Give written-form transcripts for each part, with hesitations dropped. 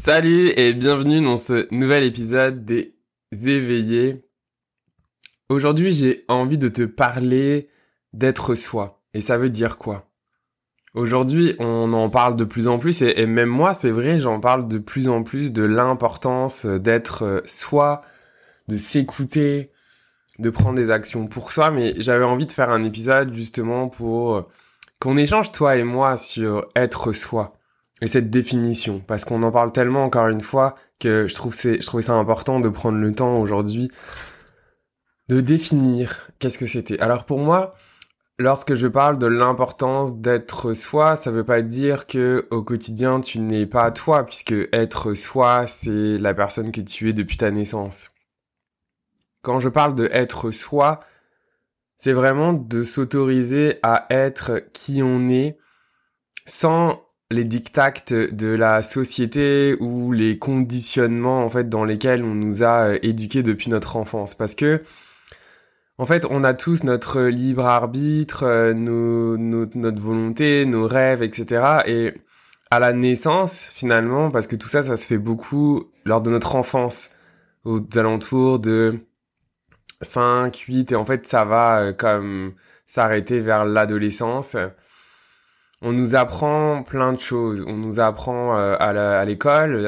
Salut et bienvenue dans ce nouvel épisode des éveillés. Aujourd'hui, j'ai envie de te parler d'être soi. Et ça veut dire quoi? Aujourd'hui, on en parle de plus en plus et même moi, c'est vrai, j'en parle de plus en plus de l'importance d'être soi, de s'écouter, de prendre des actions pour soi. Mais j'avais envie de faire un épisode justement pour qu'on échange toi et moi sur être soi. Et cette définition, parce qu'on en parle tellement encore une fois que je trouvais ça important de prendre le temps aujourd'hui de définir qu'est-ce que c'était. Alors pour moi, lorsque je parle de l'importance d'être soi, ça veut pas dire que au quotidien tu n'es pas toi, puisque être soi, c'est la personne que tu es depuis ta naissance. Quand je parle de être soi, c'est vraiment de s'autoriser à être qui on est sans les dictats de la société ou les conditionnements en fait dans lesquels on nous a éduqués depuis notre enfance, parce que en fait on a tous notre libre arbitre, notre volonté, nos rêves, etc. Et à la naissance finalement, parce que tout ça se fait beaucoup lors de notre enfance, aux alentours de 5, 8, et en fait ça va comme s'arrêter vers l'adolescence. On nous apprend plein de choses. On nous apprend à l'école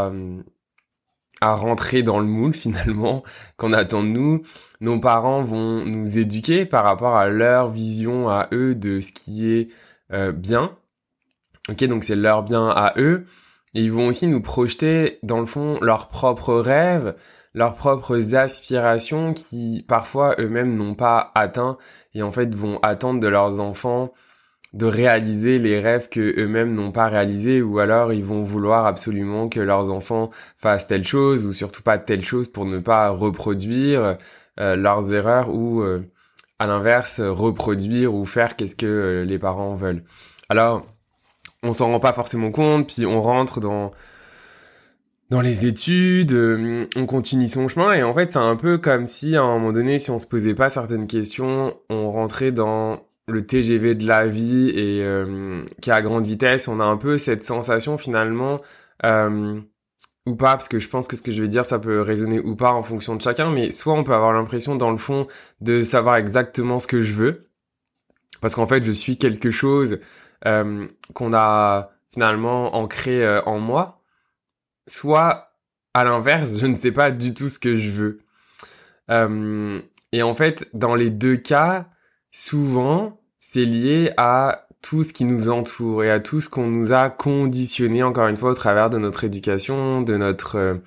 à rentrer dans le moule finalement qu'on attend de nous. Nos parents vont nous éduquer par rapport à leur vision à eux de ce qui est bien. Ok, donc c'est leur bien à eux. Et ils vont aussi nous projeter dans le fond leurs propres rêves, leurs propres aspirations qui parfois eux-mêmes n'ont pas atteint et en fait vont attendre de leurs enfants de réaliser les rêves que eux-mêmes n'ont pas réalisés, ou alors ils vont vouloir absolument que leurs enfants fassent telle chose ou surtout pas telle chose pour ne pas reproduire leurs erreurs ou à l'inverse reproduire ou faire qu'est-ce que les parents veulent. Alors on s'en rend pas forcément compte, puis on rentre dans les études, on continue son chemin, et en fait c'est un peu comme si à un moment donné, si on se posait pas certaines questions, on rentrait dans le TGV de la vie et qui est à grande vitesse. On a un peu cette sensation finalement, ou pas, parce que je pense que ce que je vais dire ça peut résonner ou pas en fonction de chacun, mais soit on peut avoir l'impression dans le fond de savoir exactement ce que je veux, parce qu'en fait je suis quelque chose qu'on a finalement ancré en moi, soit à l'inverse je ne sais pas du tout ce que je veux. Et en fait dans les deux cas, souvent, c'est lié à tout ce qui nous entoure et à tout ce qu'on nous a conditionné, encore une fois, au travers de notre éducation, de notre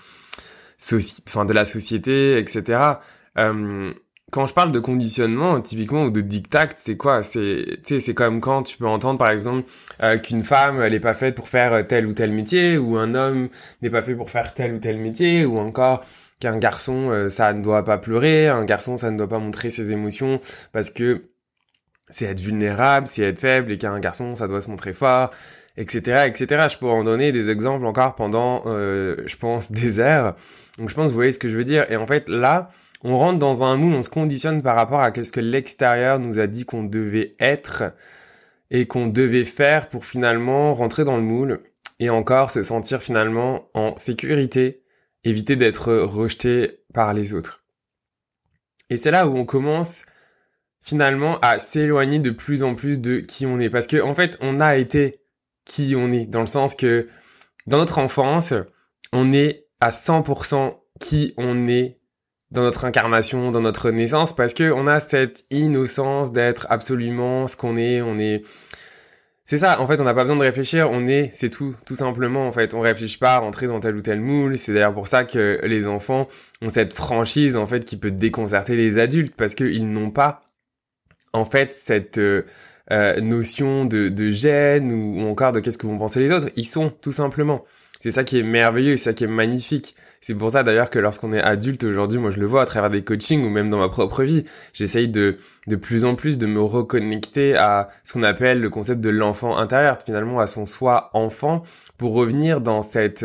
de la société, etc. Quand je parle de conditionnement, typiquement, ou de dictat, c'est quoi? C'est comme quand tu peux entendre, par exemple, qu'une femme, elle est pas faite pour faire tel ou tel métier, ou un homme n'est pas fait pour faire tel ou tel métier, ou encore qu'un garçon, ça ne doit pas pleurer, un garçon, ça ne doit pas montrer ses émotions, parce que c'est être vulnérable, c'est être faible, et qu'un garçon, ça doit se montrer fort, etc., etc. Je pourrais en donner des exemples encore pendant, je pense, des heures. Donc je pense, vous voyez ce que je veux dire. Et en fait, là, on rentre dans un moule, on se conditionne par rapport à ce que l'extérieur nous a dit qu'on devait être et qu'on devait faire pour finalement rentrer dans le moule et encore se sentir finalement en sécurité, éviter d'être rejeté par les autres. Et c'est là où on commence finalement à s'éloigner de plus en plus de qui on est. Parce que en fait, on a été qui on est, dans le sens que dans notre enfance, on est à 100% qui on est dans notre incarnation, dans notre naissance, parce que on a cette innocence d'être absolument ce qu'on est. On est... C'est ça, en fait, on n'a pas besoin de réfléchir, on est, c'est tout simplement, en fait. On réfléchit pas à rentrer dans tel ou tel moule. C'est d'ailleurs pour ça que les enfants ont cette franchise, en fait, qui peut déconcerter les adultes, parce qu'ils n'ont pas en fait cette notion de gêne ou encore de qu'est-ce que vont penser les autres. Ils sont, tout simplement. C'est ça qui est merveilleux, c'est ça qui est magnifique. C'est pour ça d'ailleurs que lorsqu'on est adulte aujourd'hui, moi je le vois à travers des coachings ou même dans ma propre vie, j'essaye de plus en plus de me reconnecter à ce qu'on appelle le concept de l'enfant intérieur, finalement à son soi enfant, pour revenir dans cette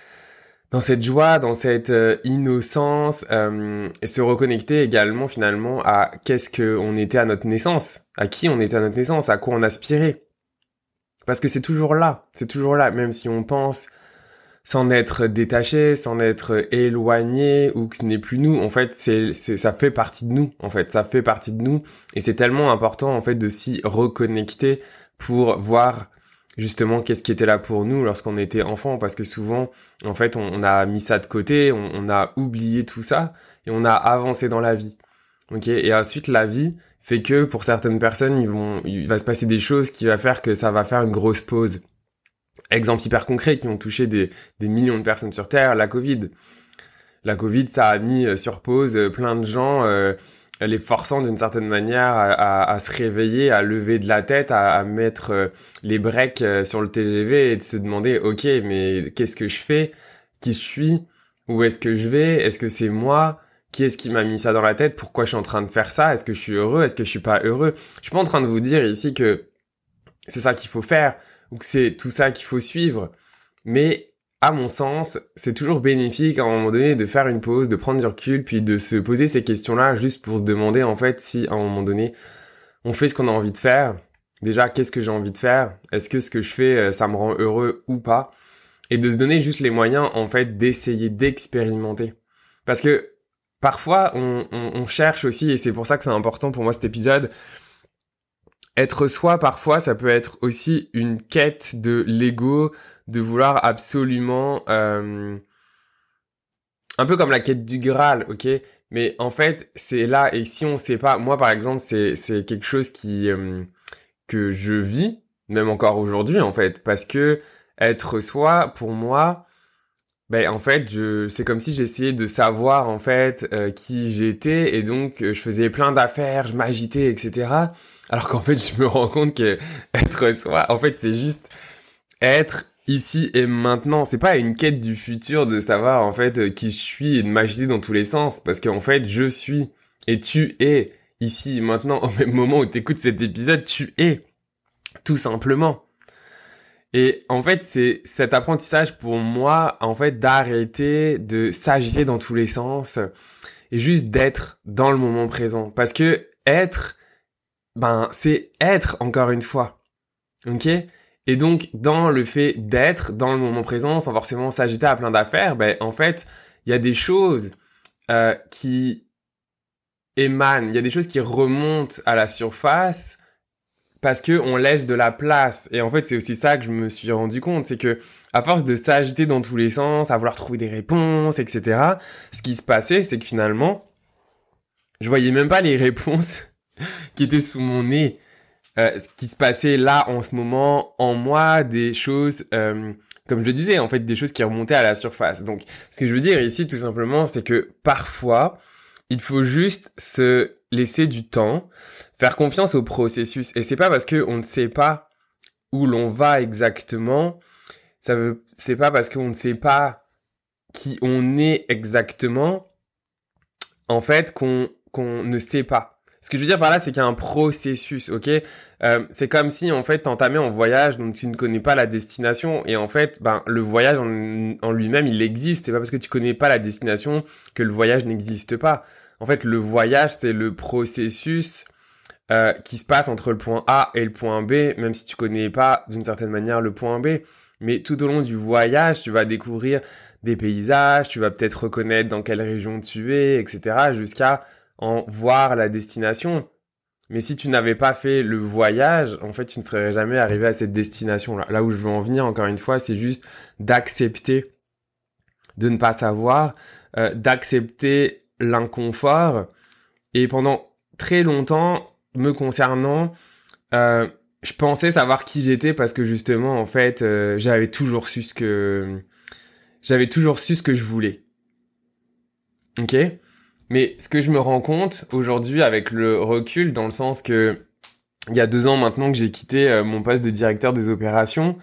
joie, dans cette innocence, et se reconnecter également finalement à qu'est-ce qu'on était à notre naissance, à qui on était à notre naissance, à quoi on aspirait. Parce que c'est toujours là, même si on pense s'en être détaché, s'en être éloigné, ou que ce n'est plus nous. En fait, ça fait partie de nous. En fait, ça fait partie de nous, et c'est tellement important en fait de s'y reconnecter pour voir justement qu'est-ce qui était là pour nous lorsqu'on était enfant, parce que souvent, en fait, on a mis ça de côté, on a oublié tout ça, et on a avancé dans la vie. Ok, et ensuite la vie fait que pour certaines personnes, il va se passer des choses qui va faire que ça va faire une grosse pause. Exemple hyper concret qui ont touché des millions de personnes sur Terre, la Covid. La Covid, ça a mis sur pause plein de gens, les forçant d'une certaine manière à se réveiller, à lever de la tête, à mettre les breaks sur le TGV et de se demander, ok, mais qu'est-ce que je fais? Qui je suis? Où est-ce que je vais? Est-ce que c'est moi? Qui est-ce qui m'a mis ça dans la tête? Pourquoi je suis en train de faire ça? Est-ce que je suis heureux? Est-ce que je suis pas heureux? Je suis pas en train de vous dire ici que c'est ça qu'il faut faire ou que c'est tout ça qu'il faut suivre. Mais à mon sens, c'est toujours bénéfique à un moment donné de faire une pause, de prendre du recul, puis de se poser ces questions-là juste pour se demander en fait si à un moment donné, on fait ce qu'on a envie de faire. Déjà, qu'est-ce que j'ai envie de faire? Est-ce que ce que je fais, ça me rend heureux ou pas? Et de se donner juste les moyens en fait d'essayer d'expérimenter. Parce que parfois, on cherche aussi, et c'est pour ça que c'est important pour moi cet épisode, être soi, parfois, ça peut être aussi une quête de l'ego, de vouloir absolument... un peu comme la quête du Graal, ok? Mais en fait, c'est là, et si on sait pas... Moi, par exemple, c'est quelque chose que je vis, même encore aujourd'hui, en fait. Parce que être soi, pour moi... Ben en fait, c'est comme si j'essayais de savoir en fait qui j'étais, et donc je faisais plein d'affaires, je m'agitais, etc. Alors qu'en fait, je me rends compte que être soi, en fait, c'est juste être ici et maintenant. C'est pas une quête du futur de savoir en fait qui je suis et de m'agiter dans tous les sens, parce qu'en fait, je suis et tu es ici et maintenant. Au même moment où t'écoutes cet épisode, tu es tout simplement. Et en fait, c'est cet apprentissage pour moi, en fait, d'arrêter de s'agiter dans tous les sens et juste d'être dans le moment présent. Parce que être, c'est être encore une fois. Ok? Et donc, dans le fait d'être dans le moment présent, sans forcément s'agiter à plein d'affaires, en fait, il y a des choses qui émanent, il y a des choses qui remontent à la surface parce que on laisse de la place. Et en fait, c'est aussi ça que je me suis rendu compte, c'est que à force de s'agiter dans tous les sens, à vouloir trouver des réponses, etc., ce qui se passait, c'est que finalement, je voyais même pas les réponses qui étaient sous mon nez. Ce qui se passait là, en ce moment, en moi, des choses, comme je le disais, en fait, des choses qui remontaient à la surface. Donc, ce que je veux dire ici, tout simplement, c'est que parfois, il faut juste se laisser du temps, faire confiance au processus. Et c'est pas parce que on ne sait pas où l'on va exactement, c'est pas parce qu'on ne sait pas qui on est exactement, en fait, qu'on ne sait pas. Ce que je veux dire par là, c'est qu'il y a un processus, ok? C'est comme si, en fait, t'entamais en voyage, donc tu ne connais pas la destination, et en fait, le voyage en lui-même, il existe. C'est pas parce que tu connais pas la destination que le voyage n'existe pas. En fait, le voyage, c'est le processus qui se passe entre le point A et le point B, même si tu connais pas, d'une certaine manière, le point B. Mais tout au long du voyage, tu vas découvrir des paysages, tu vas peut-être reconnaître dans quelle région tu es, etc., jusqu'à en voir la destination. Mais si tu n'avais pas fait le voyage, en fait, tu ne serais jamais arrivé à cette destination-là. Là où je veux en venir, encore une fois, c'est juste d'accepter de ne pas savoir, d'accepter l'inconfort. Et pendant très longtemps, me concernant, je pensais savoir qui j'étais parce que justement, en fait, j'avais toujours su ce que je voulais. Ok? Mais ce que je me rends compte aujourd'hui avec le recul, dans le sens que il y a 2 ans maintenant que j'ai quitté mon poste de directeur des opérations,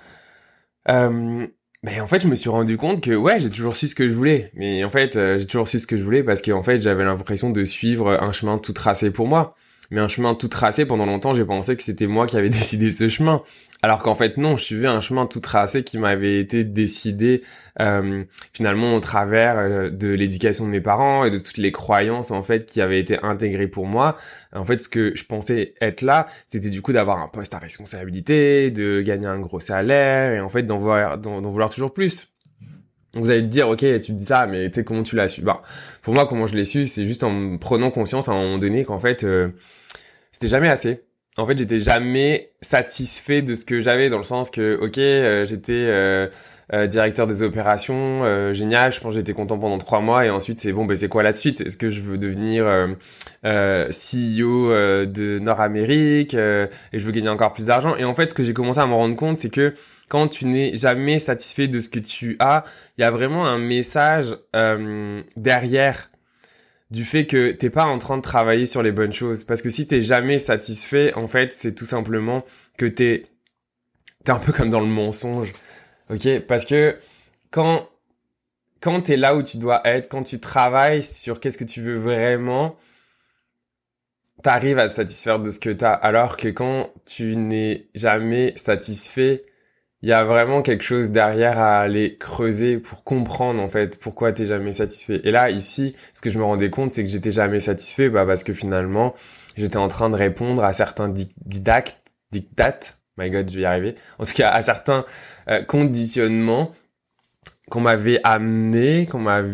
en fait, je me suis rendu compte que ouais, j'ai toujours su ce que je voulais. Mais en fait, j'ai toujours su ce que je voulais parce qu'en fait, j'avais l'impression de suivre un chemin tout tracé pour moi. Mais un chemin tout tracé, pendant longtemps, j'ai pensé que c'était moi qui avais décidé ce chemin. Alors qu'en fait, non, je suivais un chemin tout tracé qui m'avait été décidé finalement au travers de l'éducation de mes parents et de toutes les croyances en fait qui avaient été intégrées pour moi. En fait, ce que je pensais être là, c'était du coup d'avoir un poste à responsabilité, de gagner un gros salaire et en fait d'en vouloir toujours plus. Donc vous allez te dire, ok, tu te dis ça, mais tu sais, comment tu l'as su? Pour moi, comment je l'ai su, c'est juste en me prenant conscience à un moment donné qu'en fait, c'était jamais assez. En fait, j'étais jamais satisfait de ce que j'avais, dans le sens que, ok, j'étais directeur des opérations, génial, je pense que j'étais content pendant 3 mois, et ensuite c'est bon, ben c'est quoi la suite? Est-ce que je veux devenir CEO de Nord-Amérique, et je veux gagner encore plus d'argent? Et en fait, ce que j'ai commencé à me rendre compte, c'est que quand tu n'es jamais satisfait de ce que tu as, il y a vraiment un message derrière du fait que t'es pas en train de travailler sur les bonnes choses. Parce que si t'es jamais satisfait, en fait, c'est tout simplement que t'es un peu comme dans le mensonge. Ok? Parce que quand t'es là où tu dois être, quand tu travailles sur qu'est-ce que tu veux vraiment, t'arrives à te satisfaire de ce que t'as. Alors que quand tu n'es jamais satisfait, il y a vraiment quelque chose derrière à aller creuser pour comprendre, en fait, pourquoi t'es jamais satisfait. Et là, ici, ce que je me rendais compte, c'est que j'étais jamais satisfait, parce que finalement, j'étais en train de répondre à certains dictates, my god, je vais y arriver. En tout cas, à certains conditionnements qu'on m'avait amenés,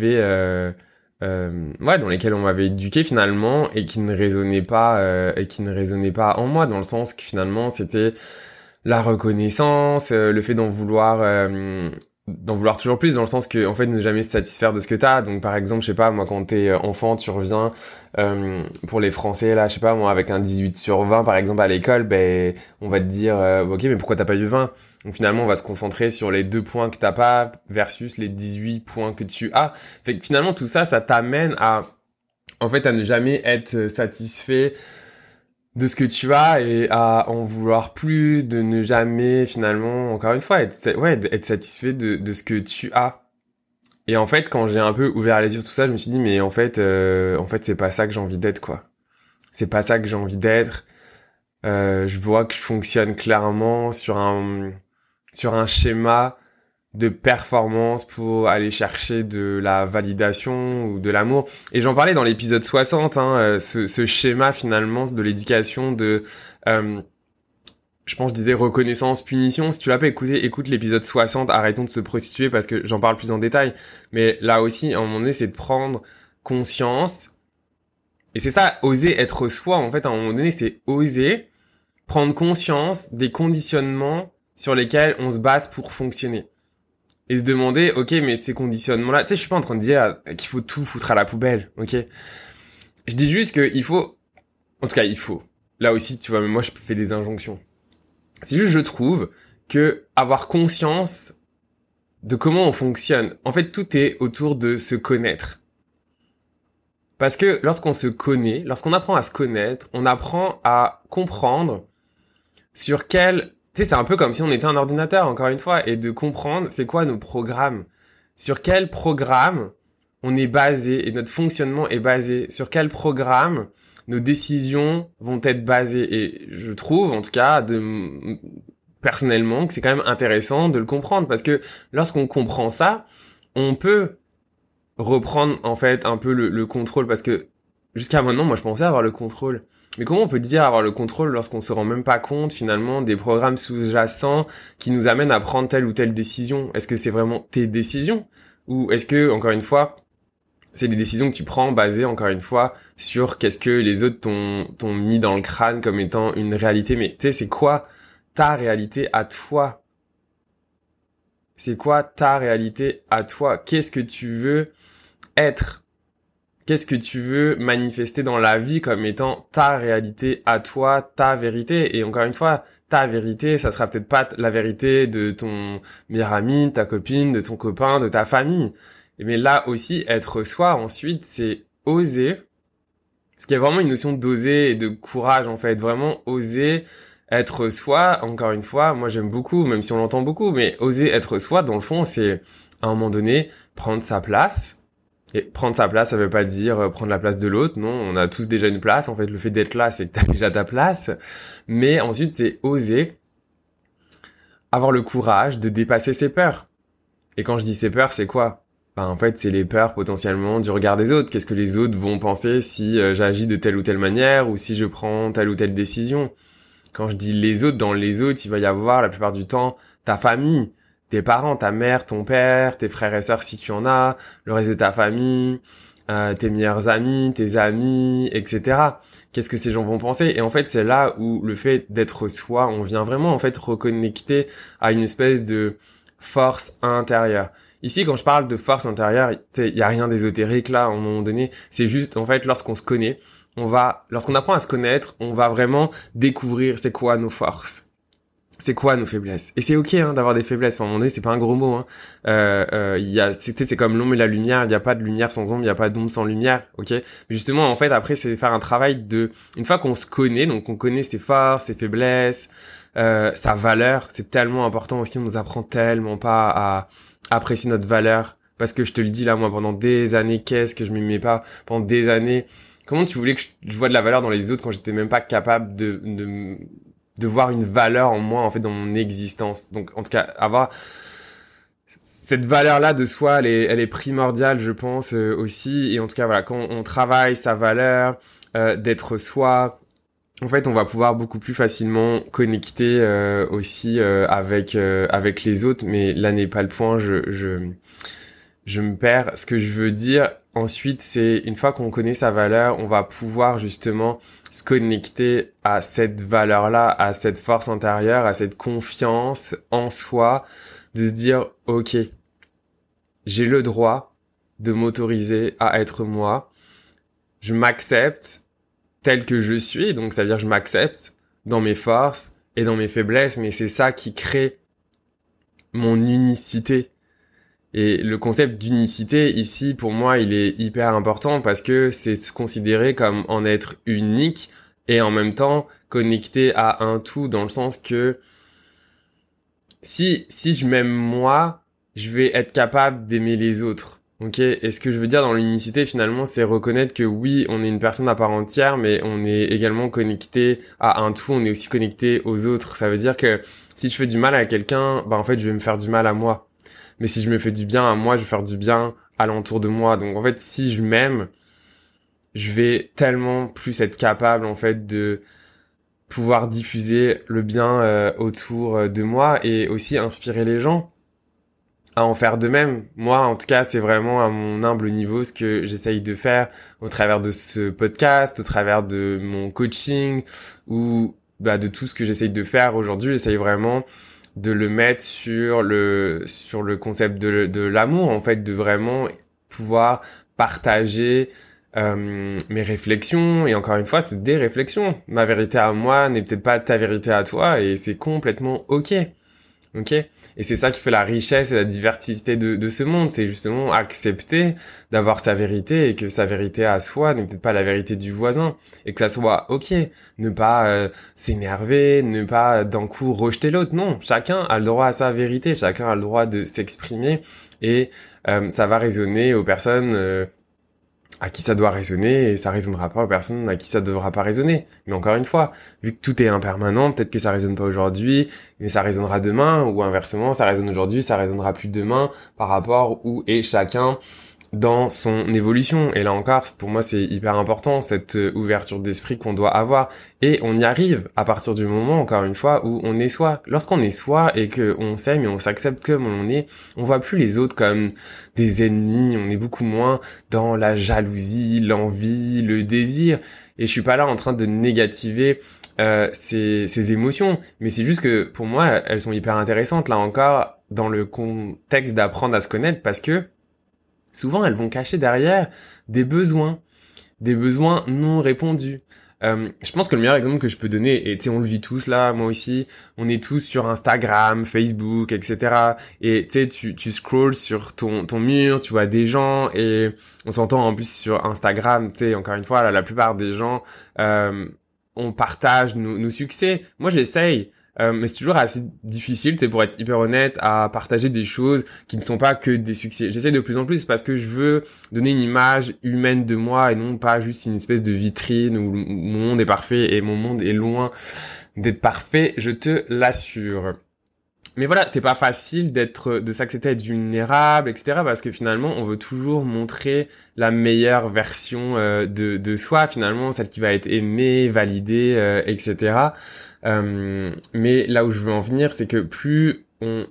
dans lesquels on m'avait éduqué finalement, et qui ne résonnaient pas en moi, dans le sens que finalement, c'était la reconnaissance, le fait d'en vouloir toujours plus, dans le sens que, en fait, ne jamais se satisfaire de ce que t'as. Donc, par exemple, je sais pas, moi, quand t'es enfant, tu reviens, pour les Français, là, je sais pas, moi, avec un 18/20, par exemple, à l'école, on va te dire, ok, mais pourquoi t'as pas eu 20? Donc, finalement, on va se concentrer sur les 2 points que t'as pas versus les 18 points que tu as. Fait que, finalement, tout ça, ça t'amène à ne jamais être satisfait de ce que tu as et à en vouloir plus, de ne jamais finalement, encore une fois, être satisfait de ce que tu as. Et en fait, quand j'ai un peu ouvert les yeux sur tout ça, je me suis dit, mais en fait, c'est pas ça que j'ai envie d'être, quoi. C'est pas ça que j'ai envie d'être. Je vois que je fonctionne clairement sur un schéma de performance pour aller chercher de la validation ou de l'amour. Et j'en parlais dans l'épisode 60, ce schéma finalement de l'éducation je pense, je disais reconnaissance, punition. Si tu l'as pas écouté, écoute l'épisode 60, arrêtons de se prostituer, parce que j'en parle plus en détail. Mais là aussi, à un moment donné, c'est de prendre conscience. Et c'est ça, oser être soi, en fait, à un moment donné, c'est oser prendre conscience des conditionnements sur lesquels on se base pour fonctionner. Et se demander, ok, mais ces conditionnements-là, tu sais, je suis pas en train de dire qu'il faut tout foutre à la poubelle, ok? Je dis juste qu'il faut, en tout cas, il faut. Là aussi, tu vois, mais moi, je fais des injonctions. C'est juste, je trouve que avoir conscience de comment on fonctionne, en fait, tout est autour de se connaître. Parce que lorsqu'on se connaît, lorsqu'on apprend à se connaître, on apprend à comprendre sur quel... Tu sais, c'est un peu comme si on était un ordinateur, encore une fois, et de comprendre c'est quoi nos programmes. Sur quel programme on est basé et notre fonctionnement est basé. Sur quel programme nos décisions vont être basées. Et je trouve, en tout cas, personnellement, que c'est quand même intéressant de le comprendre. Parce que lorsqu'on comprend ça, on peut reprendre, en fait, un peu le contrôle. Parce que jusqu'à maintenant, moi, je pensais avoir le contrôle. Mais comment on peut dire avoir le contrôle lorsqu'on se rend même pas compte, finalement, des programmes sous-jacents qui nous amènent à prendre telle ou telle décision? Est-ce que c'est vraiment tes décisions? Ou est-ce que, encore une fois, c'est des décisions que tu prends basées, encore une fois, sur qu'est-ce que les autres t'ont mis dans le crâne comme étant une réalité? Mais tu sais, c'est quoi ta réalité à toi? C'est quoi ta réalité à toi? Qu'est-ce que tu veux être? Qu'est-ce que tu veux manifester dans la vie comme étant ta réalité à toi, ta vérité? Et encore une fois, ta vérité, ça sera peut-être pas la vérité de ton meilleur ami, de ta copine, de ton copain, de ta famille. Mais là aussi, être soi, ensuite, c'est oser. Parce qu'il y a vraiment une notion d'oser et de courage, en fait. Vraiment oser être soi, encore une fois, moi j'aime beaucoup, même si on l'entend beaucoup, mais oser être soi, dans le fond, c'est, à un moment donné, prendre sa place. Et prendre sa place, ça veut pas dire prendre la place de l'autre, non, on a tous déjà une place, en fait, le fait d'être là, c'est que t'as déjà ta place. Mais ensuite, c'est oser avoir le courage de dépasser ses peurs. Et quand je dis ses peurs, c'est quoi? En fait, c'est les peurs potentiellement du regard des autres. Qu'est-ce que les autres vont penser si j'agis de telle ou telle manière ou si je prends telle ou telle décision? Quand je dis les autres, dans les autres, il va y avoir la plupart du temps ta famille, tes parents, ta mère, ton père, tes frères et sœurs si tu en as, le reste de ta famille, tes meilleurs amis, etc. Qu'est-ce que ces gens vont penser? Et en fait, c'est là où le fait d'être soi, on vient vraiment en fait reconnecter à une espèce de force intérieure. Ici, quand je parle de force intérieure, il y a rien d'ésotérique là, à un moment donné. C'est juste, en fait, lorsqu'on se connaît, lorsqu'on apprend à se connaître, on va vraiment découvrir c'est quoi nos forces. C'est quoi nos faiblesses? Et c'est ok d'avoir des faiblesses. Enfin, à un moment donné, c'est pas un gros mot. C'est comme l'ombre et la lumière. Il y a pas de lumière sans ombre, il y a pas d'ombre sans lumière. Ok. Mais justement, en fait, après, c'est faire un travail une fois qu'on se connaît, donc on connaît ses forces, ses faiblesses, sa valeur. C'est tellement important aussi. On nous apprend tellement pas à apprécier notre valeur. Parce que je te le dis là, moi, pendant des années, qu'est-ce que je m'aimais pas pendant des années. Comment tu voulais que je vois de la valeur dans les autres quand j'étais même pas capable de voir une valeur en moi, en fait, dans mon existence. Donc, en tout cas, avoir cette valeur-là de soi, elle est primordiale, je pense, aussi. Et en tout cas, voilà, quand on travaille sa valeur, d'être soi, en fait, on va pouvoir beaucoup plus facilement connecter aussi avec les autres. Mais là n'est pas le point, je me perds. Ce que je veux dire ensuite, c'est une fois qu'on connaît sa valeur, on va pouvoir justement se connecter à cette valeur-là, à cette force intérieure, à cette confiance en soi, de se dire, ok, j'ai le droit de m'autoriser à être moi. Je m'accepte tel que je suis, donc ça veut dire que je m'accepte dans mes forces et dans mes faiblesses, mais c'est ça qui crée mon unicité. Et le concept d'unicité ici, pour moi, il est hyper important parce que c'est se considérer comme en être unique et en même temps connecté à un tout, dans le sens que si je m'aime moi, je vais être capable d'aimer les autres. Ok? Et ce que je veux dire dans l'unicité, finalement, c'est reconnaître que oui, on est une personne à part entière, mais on est également connecté à un tout, on est aussi connecté aux autres. Ça veut dire que si je fais du mal à quelqu'un, en fait, je vais me faire du mal à moi. Mais si je me fais du bien à moi, je vais faire du bien à l'entour de moi. Donc en fait, si je m'aime, je vais tellement plus être capable en fait de pouvoir diffuser le bien autour de moi et aussi inspirer les gens à en faire de même. Moi, en tout cas, c'est vraiment à mon humble niveau ce que j'essaye de faire au travers de ce podcast, au travers de mon coaching ou de tout ce que j'essaye de faire aujourd'hui. J'essaye vraiment de le mettre sur le concept de l'amour, en fait, de vraiment pouvoir partager mes réflexions. Et encore une fois, c'est des réflexions. Ma vérité à moi n'est peut-être pas ta vérité à toi et c'est complètement ok. Ok? Et c'est ça qui fait la richesse et la diversité de ce monde. C'est justement accepter d'avoir sa vérité et que sa vérité à soi n'est peut-être pas la vérité du voisin. Et que ça soit ok. Ne pas s'énerver, ne pas d'un coup rejeter l'autre. Non, chacun a le droit à sa vérité. Chacun a le droit de s'exprimer. Et ça va résonner aux personnes à qui ça doit résonner et ça résonnera pas aux personnes à qui ça devra pas résonner. Mais encore une fois, vu que tout est impermanent, peut-être que ça résonne pas aujourd'hui, mais ça résonnera demain, ou inversement, ça résonne aujourd'hui, ça résonnera plus demain par rapport où est chacun dans son évolution. Et là encore, pour moi, c'est hyper important, cette ouverture d'esprit qu'on doit avoir. Et on y arrive à partir du moment, encore une fois, où on est soi. Lorsqu'on est soi et qu'on s'aime et on s'accepte comme on est, on voit plus les autres comme des ennemis. On est beaucoup moins dans la jalousie, l'envie, le désir. Et je suis pas là en train de négativer ces émotions. Mais c'est juste que, pour moi, elles sont hyper intéressantes, là encore, dans le contexte d'apprendre à se connaître, parce que souvent, elles vont cacher derrière des besoins non répondus. Je pense que le meilleur exemple que je peux donner, et tu sais, on le vit tous là, moi aussi, on est tous sur Instagram, Facebook, etc. Et tu sais, tu scrolls sur ton mur, tu vois des gens, et on s'entend en plus sur Instagram, tu sais, encore une fois, là, la plupart des gens, on partage nos succès. Moi, j'essaye. Mais c'est toujours assez difficile, tu sais, pour être hyper honnête, à partager des choses qui ne sont pas que des succès. J'essaie de plus en plus parce que je veux donner une image humaine de moi et non pas juste une espèce de vitrine où mon monde est parfait et mon monde est loin d'être parfait, je te l'assure. Mais voilà, c'est pas facile de s'accepter, être vulnérable, etc. Parce que finalement, on veut toujours montrer la meilleure version de soi, finalement, celle qui va être aimée, validée, etc. Mais là où je veux en venir, c'est que plus on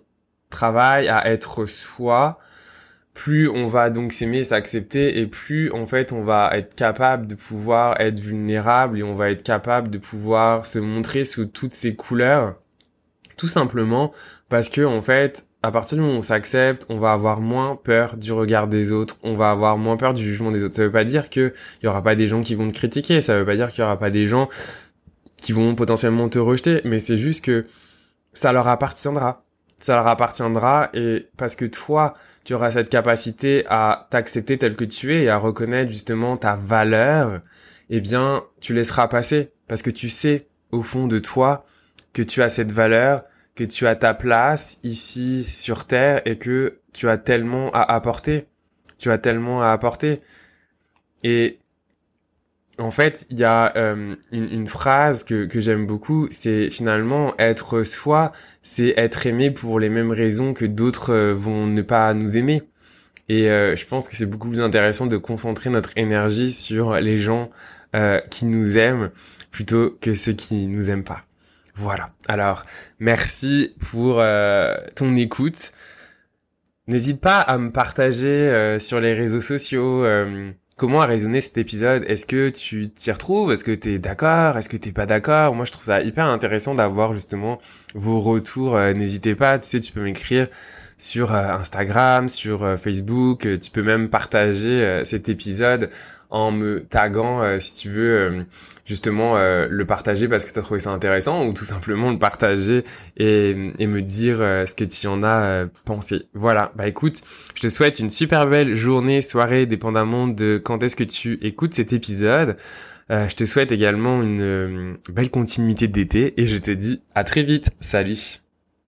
travaille à être soi, plus on va donc s'aimer, s'accepter, et plus en fait on va être capable de pouvoir être vulnérable et on va être capable de pouvoir se montrer sous toutes ses couleurs, tout simplement parce que en fait, à partir du moment où on s'accepte, on va avoir moins peur du regard des autres, on va avoir moins peur du jugement des autres. Ça veut pas dire que il y aura pas des gens qui vont te critiquer, ça veut pas dire qu'il y aura pas des gens qui vont potentiellement te rejeter, mais c'est juste que ça leur appartiendra. Ça leur appartiendra et parce que toi, tu auras cette capacité à t'accepter tel que tu es et à reconnaître justement ta valeur, eh bien, tu laisseras passer parce que tu sais au fond de toi que tu as cette valeur, que tu as ta place ici sur Terre et que tu as tellement à apporter. Tu as tellement à apporter. Et en fait, il y a une phrase que j'aime beaucoup, c'est finalement être soi, c'est être aimé pour les mêmes raisons que d'autres vont ne pas nous aimer. Et je pense que c'est beaucoup plus intéressant de concentrer notre énergie sur les gens qui nous aiment plutôt que ceux qui nous aiment pas. Voilà. Alors, merci pour ton écoute. N'hésite pas à me partager sur les réseaux sociaux comment a résonné cet épisode. Est-ce que tu t'y retrouves? Est-ce que t'es d'accord? Est-ce que t'es pas d'accord? Moi, je trouve ça hyper intéressant d'avoir justement vos retours. N'hésitez pas, tu sais, tu peux m'écrire sur Instagram, sur Facebook. Tu peux même partager cet épisode en me taguant si tu veux justement le partager parce que tu as trouvé ça intéressant ou tout simplement le partager et me dire ce que tu en as pensé. Voilà, bah écoute, je te souhaite une super belle journée, soirée, dépendamment de quand est-ce que tu écoutes cet épisode. Je te souhaite également une belle continuité d'été et je te dis à très vite. Salut!